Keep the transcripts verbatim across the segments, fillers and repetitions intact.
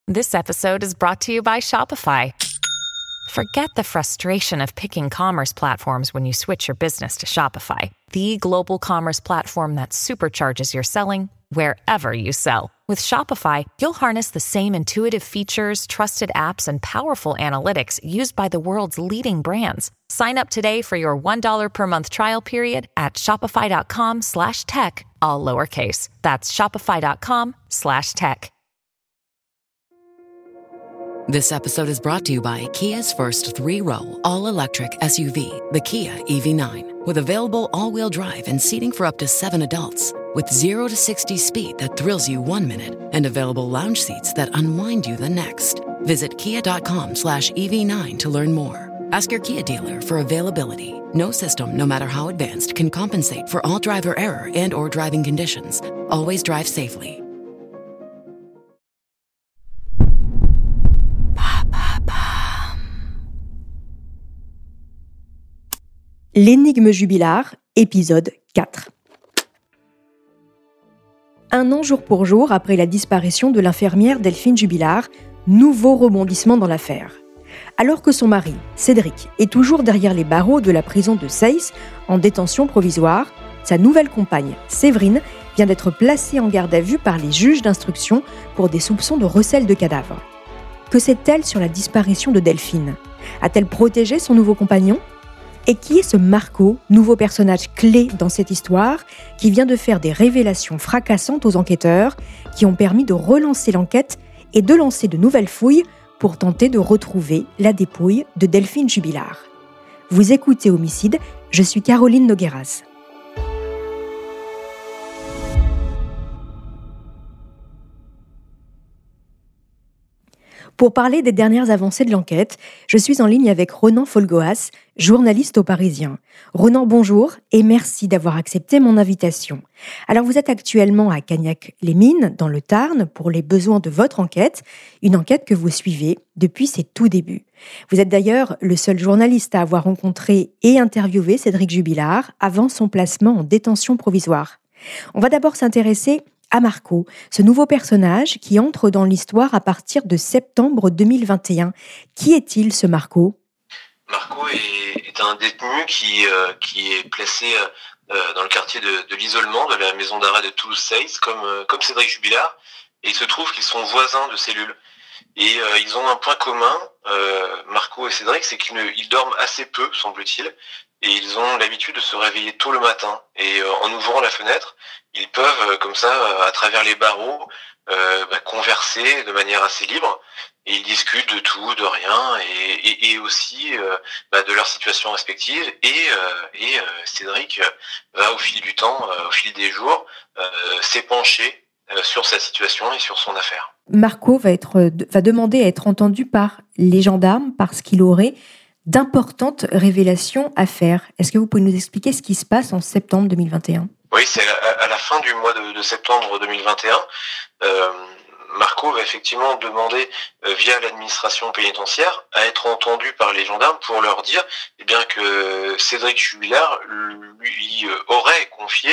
This episode is brought to you by Shopify. Forget the frustration of picking commerce platforms when you switch your business to Shopify, the global commerce platform that supercharges your selling wherever you sell. With Shopify, you'll harness the same intuitive features, trusted apps, and powerful analytics used by the world's leading brands. Sign up today for your one dollar per month trial period at shopify.com slash tech, all lowercase. That's shopify.com slash tech. This episode is brought to you by Kia's first three-row, all-electric S U V, the Kia E V nine. With available all-wheel drive and seating for up to seven adults. With zero to sixty speed that thrills you one minute and available lounge seats that unwind you the next. Visit kia.com slash EV9 to learn more. Ask your Kia dealer for availability. No system, no matter how advanced, can compensate for all driver error and or driving conditions. Always drive safely. L'énigme Jubilard, épisode quatre. Un an jour pour jour après la disparition de l'infirmière Delphine Jubilard, nouveau rebondissement dans l'affaire. Alors que son mari, Cédric, est toujours derrière les barreaux de la prison de Seyss, en détention provisoire, sa nouvelle compagne, Séverine, vient d'être placée en garde à vue par les juges d'instruction pour des soupçons de recel de cadavres. Que sait-elle sur la disparition de Delphine ? A-t-elle protégé son nouveau compagnon ? Et qui est ce Marco, nouveau personnage clé dans cette histoire, qui vient de faire des révélations fracassantes aux enquêteurs, qui ont permis de relancer l'enquête et de lancer de nouvelles fouilles pour tenter de retrouver la dépouille de Delphine Jubilard. Vous écoutez Homicide, je suis Caroline Nogueras. Pour parler des dernières avancées de l'enquête, je suis en ligne avec Ronan Folgoas, journaliste au Parisien. Ronan, bonjour et merci d'avoir accepté mon invitation. Alors vous êtes actuellement à Cagnac-les-Mines, dans le Tarn, pour les besoins de votre enquête, une enquête que vous suivez depuis ses tout débuts. Vous êtes d'ailleurs le seul journaliste à avoir rencontré et interviewé Cédric Jubilard avant son placement en détention provisoire. On va d'abord s'intéresser à Marco, ce nouveau personnage qui entre dans l'histoire à partir de septembre deux mille vingt et un. Qui est-il, ce Marco ? Marco est, est un détenu qui, euh, qui est placé euh, dans le quartier de, de l'isolement de la maison d'arrêt de Toulouse-Seyss, comme, euh, comme Cédric Jubilard, et il se trouve qu'ils sont voisins de cellule. Et euh, ils ont un point commun, euh, Marco et Cédric, c'est qu'ils ne, ils dorment assez peu, semble-t-il, et ils ont l'habitude de se réveiller tôt le matin. Et euh, en ouvrant la fenêtre, ils peuvent, euh, comme ça, euh, à travers les barreaux, euh, bah, converser de manière assez libre. Et ils discutent de tout, de rien, et, et, et aussi euh, bah, de leur situation respective. Et, euh, et euh, Cédric va, au fil du temps, euh, au fil des jours, euh, s'épancher euh, sur sa situation et sur son affaire. Marco va, être, va demander à être entendu par les gendarmes parce qu'il aurait d'importantes révélations à faire. Est-ce que vous pouvez nous expliquer ce qui se passe en septembre deux mille vingt et un ? Oui, c'est à, à la fin du mois de, de septembre deux mille vingt et un. Euh, Marco va effectivement demander euh, via l'administration pénitentiaire à être entendu par les gendarmes pour leur dire eh bien que Cédric Jubilard lui euh, aurait confié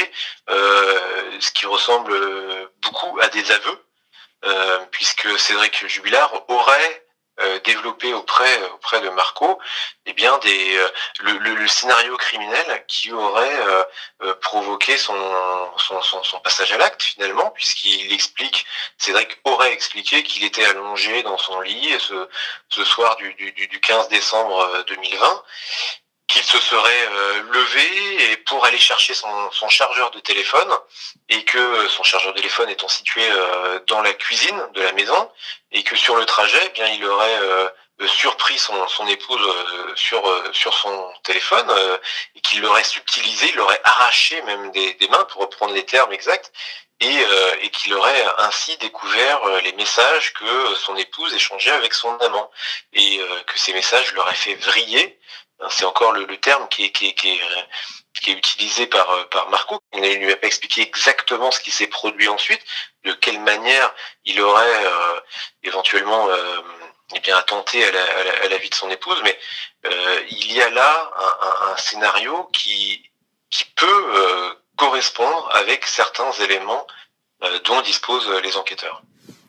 euh, ce qui ressemble beaucoup à des aveux, euh, puisque Cédric Jubilard aurait Euh, développé auprès auprès de Marco, eh bien des euh, le, le, le scénario criminel qui aurait euh, euh, provoqué son, son son son passage à l'acte finalement, puisqu'il explique, Cédric aurait expliqué qu'il était allongé dans son lit ce ce soir du du du quinze décembre deux mille vingt, qu'il se serait euh, levé et pour aller chercher son son chargeur de téléphone, et que son chargeur de téléphone étant situé euh, dans la cuisine de la maison, et que sur le trajet, eh bien il aurait euh, surpris son son épouse euh, sur euh, sur son téléphone, euh, et qu'il l'aurait subtilisé, il l'aurait arraché même des des mains, pour reprendre les termes exacts, et euh, et qu'il aurait ainsi découvert euh, les messages que son épouse échangeait avec son amant, et euh, que ces messages l'auraient fait vriller. C'est encore le, le terme qui est, qui est, qui est, qui est utilisé par, par Marco. Il ne lui a pas expliqué exactement ce qui s'est produit ensuite, de quelle manière il aurait euh, éventuellement euh, eh bien, attenté à la, à, la, à la vie de son épouse, mais euh, il y a là un, un, un scénario qui, qui peut euh, correspondre avec certains éléments euh, dont disposent les enquêteurs.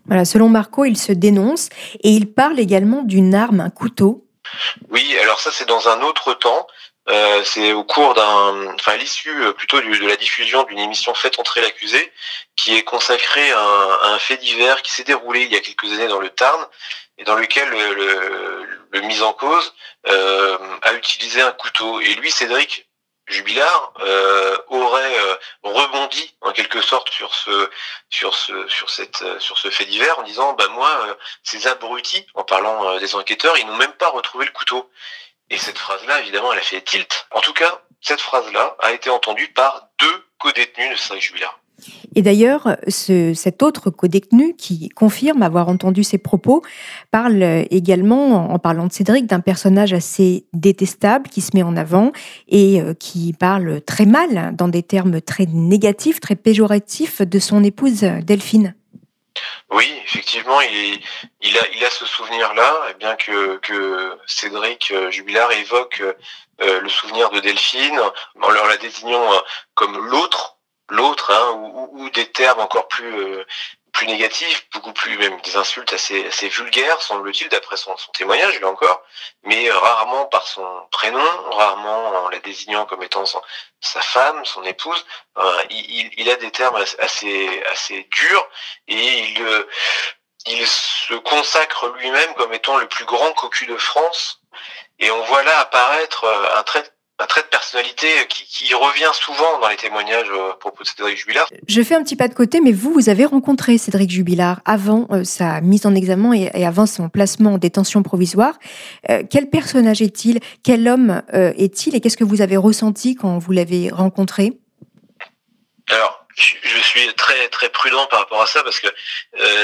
Voilà, selon Marco, il se dénonce et il parle également d'une arme, un couteau. Oui, alors ça c'est dans un autre temps. Euh, c'est au cours d'un, enfin à l'issue euh, plutôt du, de la diffusion d'une émission Faites entrer l'accusé, qui est consacrée à un, à un fait divers qui s'est déroulé il y a quelques années dans le Tarn et dans lequel le, le, le mis en cause euh, a utilisé un couteau. Et lui, Cédric Jubilard, euh, aurait euh, rebondi en quelque sorte sur ce sur ce sur cette sur ce fait divers en disant bah moi euh, ces abrutis, en parlant euh, des enquêteurs, ils n'ont même pas retrouvé le couteau. Et cette phrase-là, évidemment, elle a fait tilt. En tout cas, cette phrase-là a été entendue par deux codétenus de Cédric Jubilard. Et d'ailleurs, ce, cet autre codétenu qui confirme avoir entendu ces propos parle également, en parlant de Cédric, d'un personnage assez détestable qui se met en avant et qui parle très mal, dans des termes très négatifs, très péjoratifs, de son épouse Delphine. Oui, effectivement, il, il, a, il a ce souvenir-là, bien que, que Cédric Jubilard évoque euh, le souvenir de Delphine, en leur la désignant euh, comme l'autre, l'autre, hein, ou, ou des termes encore plus euh, plus négatifs, beaucoup plus, même des insultes assez assez vulgaires, semble-t-il, d'après son, son témoignage, là encore, mais euh, rarement par son prénom, rarement en la désignant comme étant son, sa femme, son épouse. Euh, il, il a des termes assez assez durs et il euh, il se consacre lui-même comme étant le plus grand cocu de France. Et on voit là apparaître un trait un trait de personnalité qui, qui revient souvent dans les témoignages à propos de Cédric Jubilard. Je fais un petit pas de côté, mais vous, vous avez rencontré Cédric Jubilard avant euh, sa mise en examen et, et avant son placement en détention provisoire. Euh, quel personnage est-il ? Quel homme euh, est-il ? Et qu'est-ce que vous avez ressenti quand vous l'avez rencontré ? Alors, je suis très très prudent par rapport à ça parce que euh,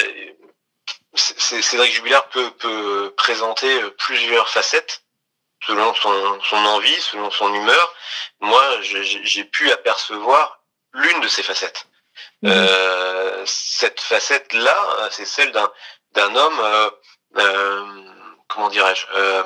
Cédric Jubilard peut, peut présenter plusieurs facettes selon son, son envie, selon son humeur. Moi, j'ai pu apercevoir l'une de ces facettes. Mmh. Euh, cette facette-là, c'est celle d'un d'un homme, euh, euh, comment dirais-je, euh,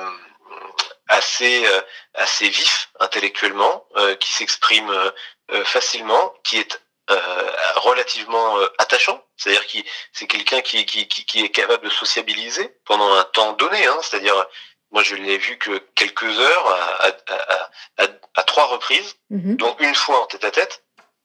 assez euh, assez vif intellectuellement, euh, qui s'exprime euh, facilement, qui est euh, relativement euh, attachant. C'est-à-dire qu'il c'est quelqu'un qui, qui qui qui est capable de sociabiliser pendant un temps donné, hein, c'est-à-dire moi, je l'ai vu que quelques heures, à, à, à, à, à trois reprises, mmh. dont une fois en tête-à-tête,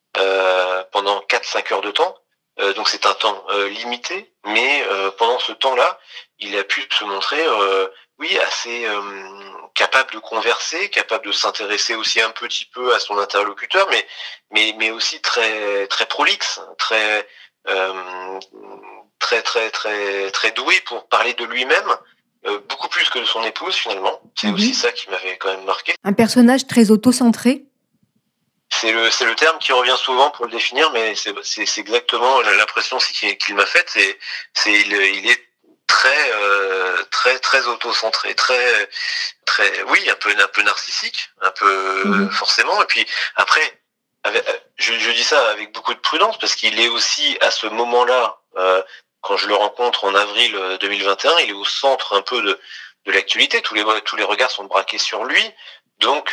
euh, pendant quatre cinq heures de temps. Euh, donc c'est un temps euh, limité, mais euh, pendant ce temps-là, il a pu se montrer, euh, oui, assez euh, capable de converser, capable de s'intéresser aussi un petit peu à son interlocuteur, mais mais mais aussi très très prolixe, très euh, très très très très doué pour parler de lui-même. Euh, beaucoup plus que de son épouse finalement. C'est mmh. aussi ça qui m'avait quand même marqué. Un personnage très auto-centré. C'est le c'est le terme qui revient souvent pour le définir, mais c'est c'est, c'est exactement l'impression qu'il, qu'il m'a faite. C'est c'est il, il est très euh, très très auto-centré, très très oui un peu un peu narcissique, un peu mmh. forcément. Et puis après, avec, je, je dis ça avec beaucoup de prudence parce qu'il est aussi à ce moment-là. Euh, Quand je le rencontre en avril deux mille vingt et un, il est au centre un peu de, de l'actualité. Tous les, tous les regards sont braqués sur lui. Donc,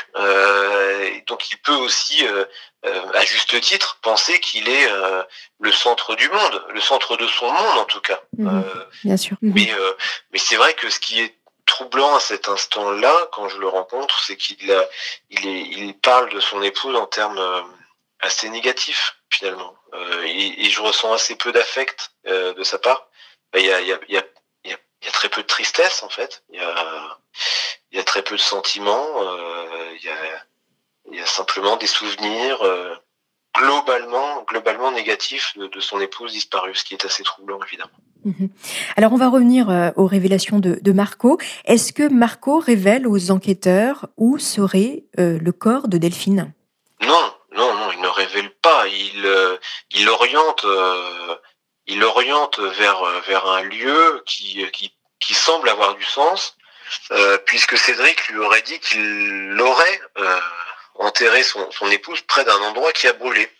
euh, donc il peut aussi, euh, euh, à juste titre, penser qu'il est euh, le centre du monde, le centre de son monde en tout cas. Mmh, euh, bien sûr. Mmh. Mais, euh, mais c'est vrai que ce qui est troublant à cet instant-là, quand je le rencontre, c'est qu'il a, il, est, il parle de son épouse en termes euh, assez négatifs. Finalement, euh, et, et je ressens assez peu d'affect euh, de sa part. Il y a, il y a, il y a, il y a, il y a très peu de tristesse en fait. Il y a, il y a très peu de sentiments. Euh, il y a, il y a simplement des souvenirs euh, globalement, globalement négatifs de, de son épouse disparue, ce qui est assez troublant évidemment. Mmh. Alors on va revenir euh, aux révélations de, de Marco. Est-ce que Marco révèle aux enquêteurs où serait euh, le corps de Delphine ? Non. Non, non, il ne révèle pas. Il, euh, il oriente, euh, il oriente vers vers un lieu qui qui qui semble avoir du sens, euh, puisque Cédric lui aurait dit qu'il aurait euh, enterré son son épouse près d'un endroit qui a brûlé.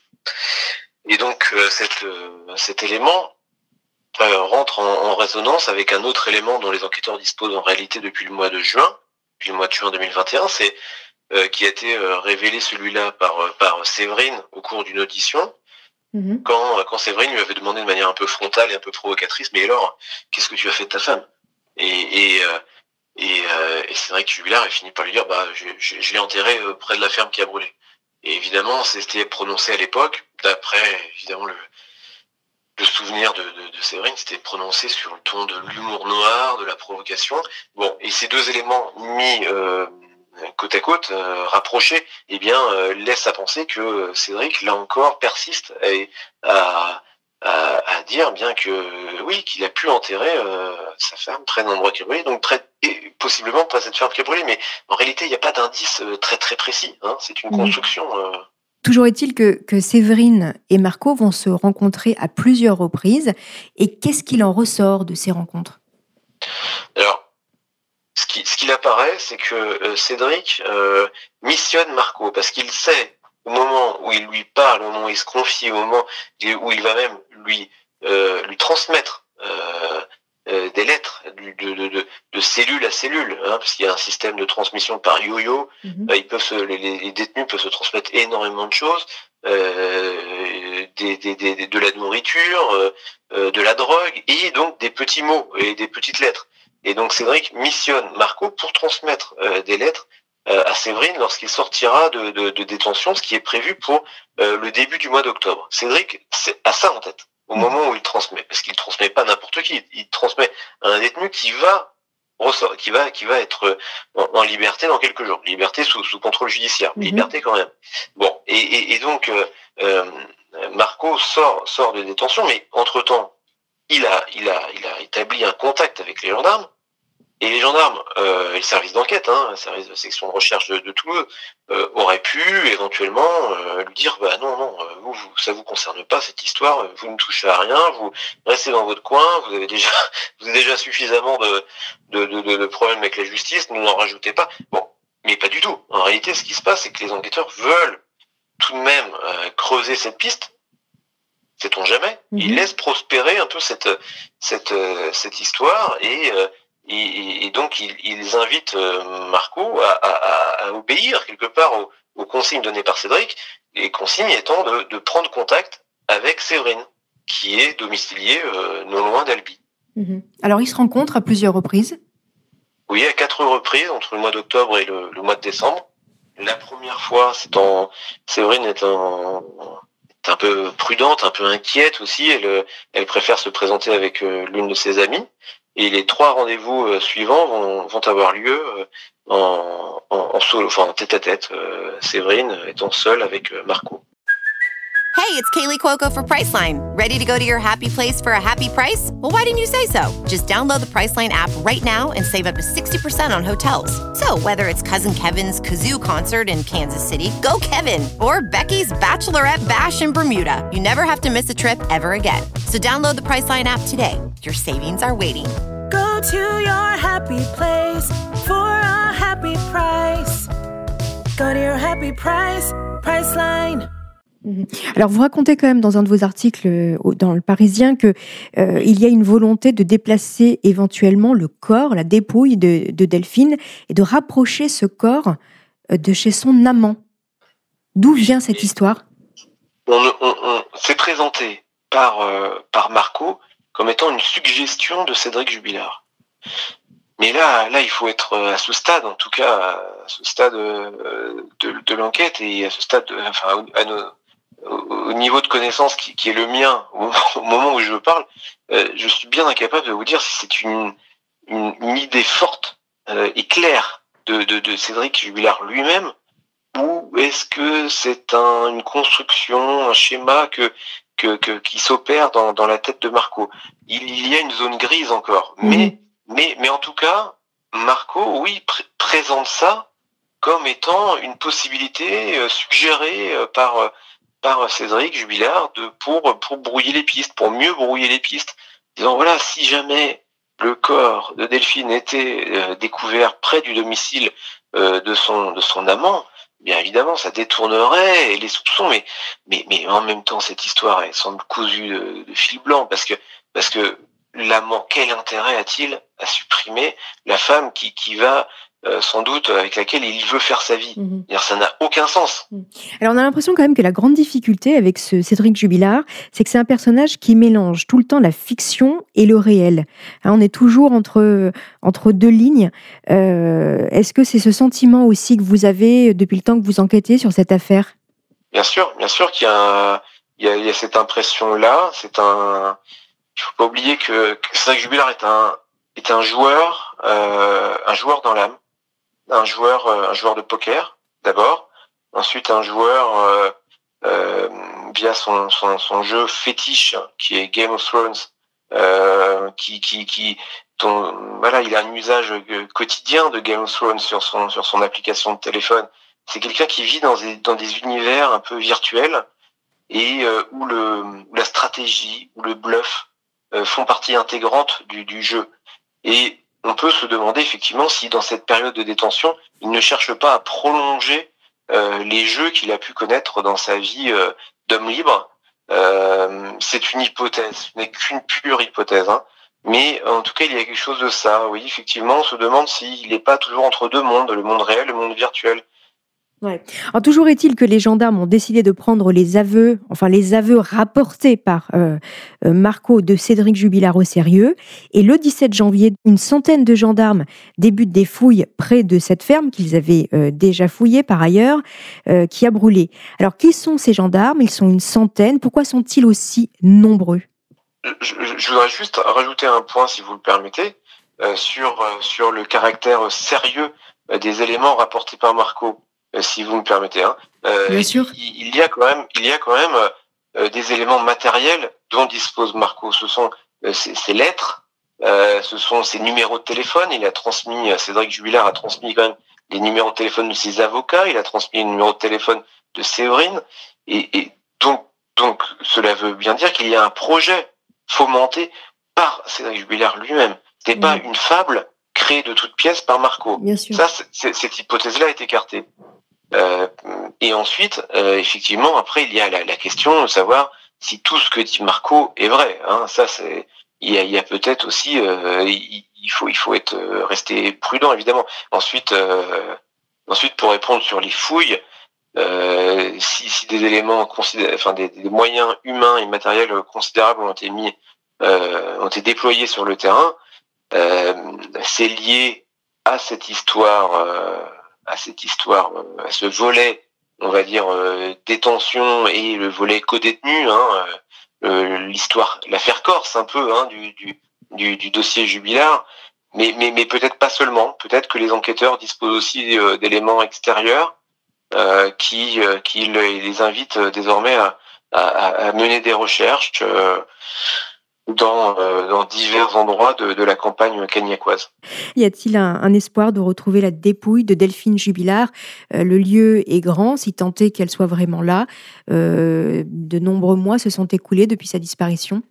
Et donc euh, cet euh, cet élément euh, rentre en, en résonance avec un autre élément dont les enquêteurs disposent en réalité depuis le mois de juin, depuis le mois de juin deux mille vingt et un, c'est Euh, qui a été euh, révélé celui-là par euh, par Séverine au cours d'une audition, Mmh. quand, quand Séverine lui avait demandé de manière un peu frontale et un peu provocatrice, mais alors, qu'est-ce que tu as fait de ta femme? Et, et, euh, et, euh, et Cédric Jubilard, il finit par lui dire, bah, je, je, je l'ai enterré près de la ferme qui a brûlé. Et évidemment, c'était prononcé à l'époque, d'après évidemment le, le souvenir de, de, de Séverine, c'était prononcé sur le ton de l'humour noir, de la provocation. Bon, et ces deux éléments mis euh, côte à côte, euh, rapprochés, eh bien, euh, laissent à penser que Cédric, là encore, persiste à, à, à dire bien que oui, qu'il a pu enterrer euh, sa femme près d'un endroit qui a brûlé, donc près, et possiblement pas cette ferme qui a brûlé, mais en réalité, il n'y a pas d'indice très très précis. Hein, c'est une Mmh. construction. Euh, Toujours est-il que, que Séverine et Marco vont se rencontrer à plusieurs reprises. Et qu'est-ce qu'il en ressort de ces rencontres? Alors, ce qui, ce qu'il apparaît, c'est que euh, Cédric euh, missionne Marco, parce qu'il sait, au moment où il lui parle, au moment où il se confie, au moment où il va même lui, euh, lui transmettre euh, euh, des lettres de, de, de, de cellule à cellule, hein, parce qu'il y a un système de transmission par yo-yo. Mmh. Euh, ils peuvent se, les, les détenus peuvent se transmettre énormément de choses, euh, des, des, des, de la nourriture, euh, de la drogue, et donc des petits mots et des petites lettres. Et donc Cédric missionne Marco pour transmettre euh, des lettres euh, à Séverine lorsqu'il sortira de, de, de détention, ce qui est prévu pour euh, le début du mois d'octobre. Cédric a ça en tête au moment où il transmet, parce qu'il transmet pas n'importe qui, il transmet à un détenu qui va ressort, qui va qui va être en, en liberté dans quelques jours, liberté sous, sous contrôle judiciaire, mm-hmm. liberté quand même. Bon, et, et, et donc euh, euh, Marco sort sort de détention, mais entre temps il a il a il a établi un contact avec les gendarmes. Et les gendarmes, euh, et le service d'enquête, hein, le service de section de recherche de, de Toulouse, euh, auraient pu éventuellement euh, lui dire, bah non, non, vous, vous, ça vous concerne pas cette histoire, vous ne touchez à rien, vous restez dans votre coin, vous avez déjà, vous avez déjà suffisamment de, de, de, de problèmes avec la justice, ne n'en rajoutez pas. Bon, mais pas du tout. En réalité, ce qui se passe, c'est que les enquêteurs veulent tout de même euh, creuser cette piste. Sait-on jamais. Mm-hmm. Ils laissent prospérer un peu cette cette euh, cette histoire et euh, Et, et donc, ils, ils invitent Marco à, à, à obéir quelque part aux, aux consignes données par Cédric, les consignes étant de, de prendre contact avec Séverine, qui est domiciliée euh, non loin d'Albi. Mmh. Alors, ils se rencontrent à plusieurs reprises? Oui, à quatre reprises, entre le mois d'octobre et le, le mois de décembre. La première fois, c'est en... Séverine est, en... est un peu prudente, un peu inquiète aussi. Elle, elle préfère se présenter avec euh, l'une de ses amies. Et les trois rendez-vous euh, suivants vont, vont avoir lieu euh, en, en, en solo, enfin en tête-à-tête, euh, Séverine étant seule avec euh, Marco. Hey, it's Kaylee Cuoco for Priceline. Ready to go to your happy place for a happy price? Well, why didn't you say so? Just download the Priceline app right now and save up to sixty percent on hotels. So whether it's Cousin Kevin's Kazoo Concert in Kansas City, go Kevin, or Becky's Bachelorette Bash in Bermuda, you never have to miss a trip ever again. So download the Priceline app today. Your savings are waiting. Go to your happy place for a happy price. Go to your happy price, Priceline. Alors, vous racontez quand même dans un de vos articles dans Le Parisien que euh, il y a une volonté de déplacer éventuellement le corps, la dépouille de, de Delphine, et de rapprocher ce corps de chez son amant. D'où vient cette histoire? On, on, on s'est présenté par euh, par Marco comme étant une suggestion de Cédric Jubilard. Mais là, là, il faut être à ce stade, en tout cas, à ce stade de, de l'enquête et à ce stade, de, enfin, à nos, au niveau de connaissance qui, qui est le mien, au, au moment où je parle, euh, je suis bien incapable de vous dire si c'est une, une, une idée forte euh, et claire de, de, de Cédric Jubilard lui-même, ou est-ce que c'est un, une construction, un schéma que, que, que qui s'opère dans, dans la tête de Marco. Il y a une zone grise encore, mmh. mais, mais, mais en tout cas, Marco, oui, pr- présente ça comme étant une possibilité euh, suggérée euh, par euh, par Cédric Jubilard de pour pour brouiller les pistes, pour mieux brouiller les pistes, disant voilà, si jamais le corps de Delphine était euh, découvert près du domicile euh, de son de son amant, bien évidemment ça détournerait les soupçons, mais mais mais en même temps cette histoire elle semble cousue de, de fil blanc, parce que parce que l'amant, quel intérêt a-t-il à supprimer la femme qui qui va euh, sans doute, avec laquelle il veut faire sa vie. Mmh. C'est-à-dire, ça n'a aucun sens. Alors on a l'impression quand même que la grande difficulté avec ce Cédric Jubilard, c'est que c'est un personnage qui mélange tout le temps la fiction et le réel. Hein, on est toujours entre, entre deux lignes. Euh, est-ce que c'est ce sentiment aussi que vous avez depuis le temps que vous enquêtez sur cette affaire ? Bien sûr, bien sûr qu'il y a, un, il y a, il y a cette impression-là. C'est un, il faut pas oublier que, que Cédric Jubilard est un, est un joueur, euh, un joueur dans l'âme, un joueur, euh, un joueur de poker d'abord. Ensuite, un joueur euh, euh, via son, son, son jeu fétiche qui est Game of Thrones, euh, qui, qui, qui, dont, voilà, il a un usage quotidien de Game of Thrones sur son, sur son application de téléphone. C'est quelqu'un qui vit dans des, dans des univers un peu virtuels et euh, où, le, où la stratégie, où le bluff euh, font partie intégrante du, du jeu. Et on peut se demander effectivement si dans cette période de détention, il ne cherche pas à prolonger Euh, les jeux qu'il a pu connaître dans sa vie euh, d'homme libre. Euh, c'est une hypothèse, ce n'est qu'une pure hypothèse, hein. Mais en tout cas, il y a quelque chose de ça. Oui, effectivement, on se demande s'il n'est pas toujours entre deux mondes, le monde réel et le monde virtuel. Ouais. Alors, toujours est-il que les gendarmes ont décidé de prendre les aveux, enfin les aveux rapportés par euh, euh, Marco de Cédric Jubilard au sérieux. Et le dix-sept janvier, une centaine de gendarmes débutent des fouilles près de cette ferme qu'ils avaient euh, déjà fouillée par ailleurs, euh, qui a brûlé. Alors, qui sont ces gendarmes ? Ils sont une centaine. Pourquoi sont-ils aussi nombreux ? je, je, je voudrais juste rajouter un point, si vous le permettez, euh, sur, euh, sur le caractère sérieux euh, des éléments rapportés par Marco. Si vous me permettez, hein. Euh, Bien sûr. Il, il y a quand même, il y a quand même euh, des éléments matériels dont dispose Marco. Ce sont euh, ses, ses lettres, euh, ce sont ses numéros de téléphone. Il a transmis, Cédric Jubilard a transmis quand même les numéros de téléphone de ses avocats. Il a transmis les numéros de téléphone de Séverine. Et, et donc, donc, cela veut bien dire qu'il y a un projet fomenté par Cédric Jubilard lui-même. Ce n'est mmh. pas une fable créée de toutes pièces par Marco. Bien sûr. Ça, c'est, cette hypothèse-là est écartée. Euh, et ensuite, euh, effectivement, après, il y a la, la question de savoir si tout ce que dit Marco est vrai. Hein. Ça, c'est, il y a, il y a peut-être aussi, euh, il, il faut, il faut être resté prudent, évidemment. Ensuite, euh, ensuite, pour répondre sur les fouilles, euh, si, si des éléments considé- enfin des, des moyens humains et matériels considérables ont été mis, euh, ont été déployés sur le terrain, euh, c'est lié à cette histoire. Euh, à cette histoire, à ce volet, on va dire, euh, détention et le volet codétenu, hein, euh, l'histoire, l'affaire Corse un peu, hein, du, du, du, du dossier Jubilard, mais, mais, mais peut-être pas seulement, peut-être que les enquêteurs disposent aussi euh, d'éléments extérieurs euh, qui, euh, qui les invitent désormais à, à, à mener des recherches euh, Dans, euh, dans divers endroits de, de la campagne cagnacoise. Y a-t-il un, un espoir de retrouver la dépouille de Delphine Jubilard ? euh, Le lieu est grand, si tant est qu'elle soit vraiment là. Euh, de nombreux mois se sont écoulés depuis sa disparition.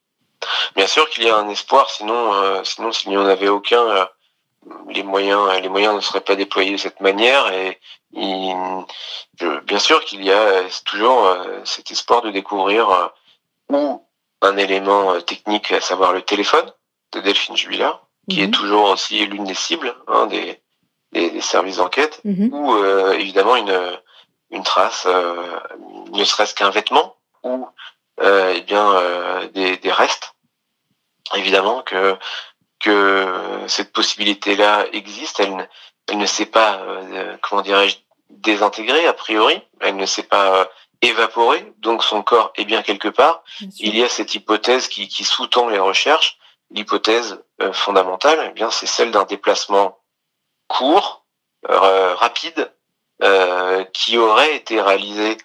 Bien sûr qu'il y a un espoir, sinon, euh, sinon s'il n'y en avait aucun, euh, les moyens, les moyens ne seraient pas déployés de cette manière. Et il, je, bien sûr qu'il y a toujours euh, cet espoir de découvrir euh, où un élément technique, à savoir le téléphone de Delphine Jubilard, qui mmh. est toujours aussi l'une des cibles hein, des, des, des services d'enquête, mmh. ou euh, évidemment une, une trace, euh, ne serait-ce qu'un vêtement, ou euh, eh bien euh, des, des restes. Évidemment que que cette possibilité-là existe, elle ne, elle ne s'est pas, euh, comment dirais-je, désintégrée a priori, elle ne s'est pas euh, évaporé, donc son corps est bien quelque part. Bien Il y a cette hypothèse qui, qui sous-tend les recherches. L'hypothèse euh, fondamentale, eh bien, c'est celle d'un déplacement court, euh, rapide, euh, qui aurait été réalisé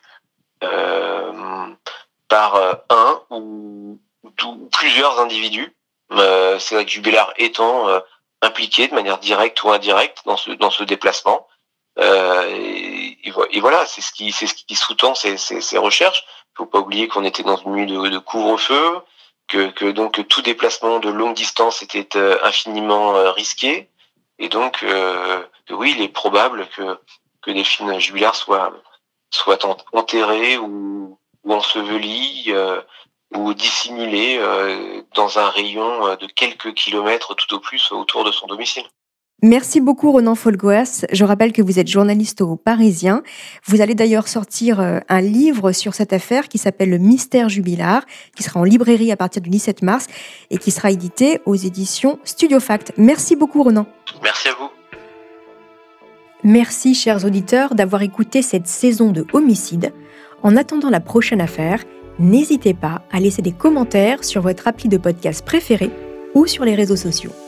euh, par euh, un ou, ou plusieurs individus. Euh, Cédric Jubilard étant euh, impliqué de manière directe ou indirecte dans ce dans ce déplacement. Euh, et, et voilà, c'est ce qui, c'est ce qui sous-tend ces, ces, ces recherches. Il faut pas oublier qu'on était dans une nuit de, de couvre-feu, que, que donc que tout déplacement de longue distance était euh, infiniment euh, risqué, et donc euh, que oui, il est probable que que Delphine Jubilard soit soit enterrée ou, ou ensevelie euh, ou dissimulée euh, dans un rayon de quelques kilomètres tout au plus autour de son domicile. Merci beaucoup Ronan Folgoas. Je rappelle que vous êtes journaliste au Parisien. Vous allez d'ailleurs sortir un livre sur cette affaire qui s'appelle Le Mystère Jubilard, qui sera en librairie à partir du dix-sept mars et qui sera édité aux éditions Studio Fact. Merci beaucoup Ronan. Merci à vous. Merci chers auditeurs d'avoir écouté cette saison de Homicide. En attendant la prochaine affaire, n'hésitez pas à laisser des commentaires sur votre appli de podcast préféré ou sur les réseaux sociaux.